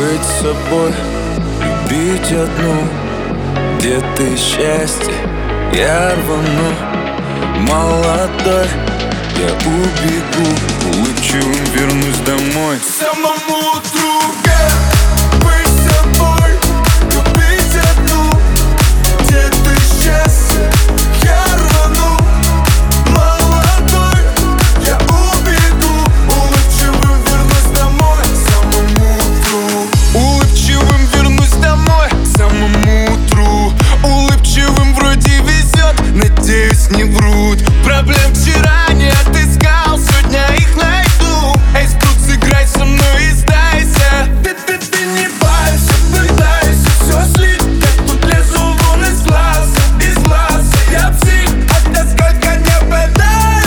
быть собой, любить одну. Где ты, счастье, я рвану. Молодой, я убегу, улыбчивым вернусь домой. Самому утру быть собой, любить одну. Где ты, счастье, я рвану. Молодой, я убегу, улыбчивым вернусь домой. Самому утру. Улыбчивым вернусь домой. Самому утру. Улыбчивым вроде везет, надеюсь, не врут. Проблем вчера не отыскал, сегодня их найду. Эй, спрут, сыграй со мной и сдайся. Ты не бойся, пытайся все слить. Я тут лезу вон из глаза, из глаза. Я псих, а ты сколько не пытай.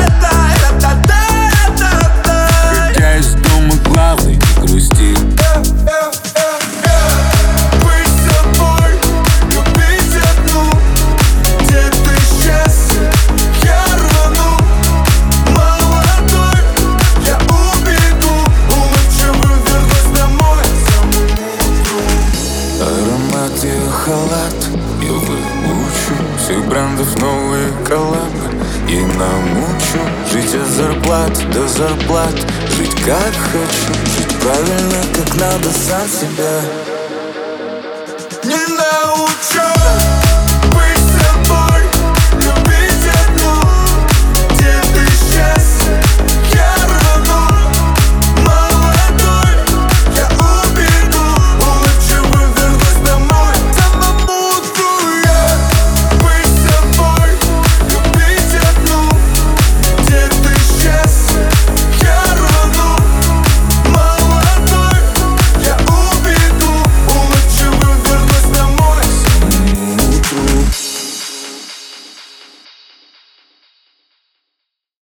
Хотя из дома главный, не грусти. Быть собой, любить одну. Где ты, счастье, я рвану. Молодой, я убегу, улыбчивым вернусь домой. Самому утру. Аромат ее халат, я выучу. Всех брендов новые коллабы. И намучу жить от зарплат до зарплат. Жить как хочу, жить правильно, как надо, сам себя Не научу.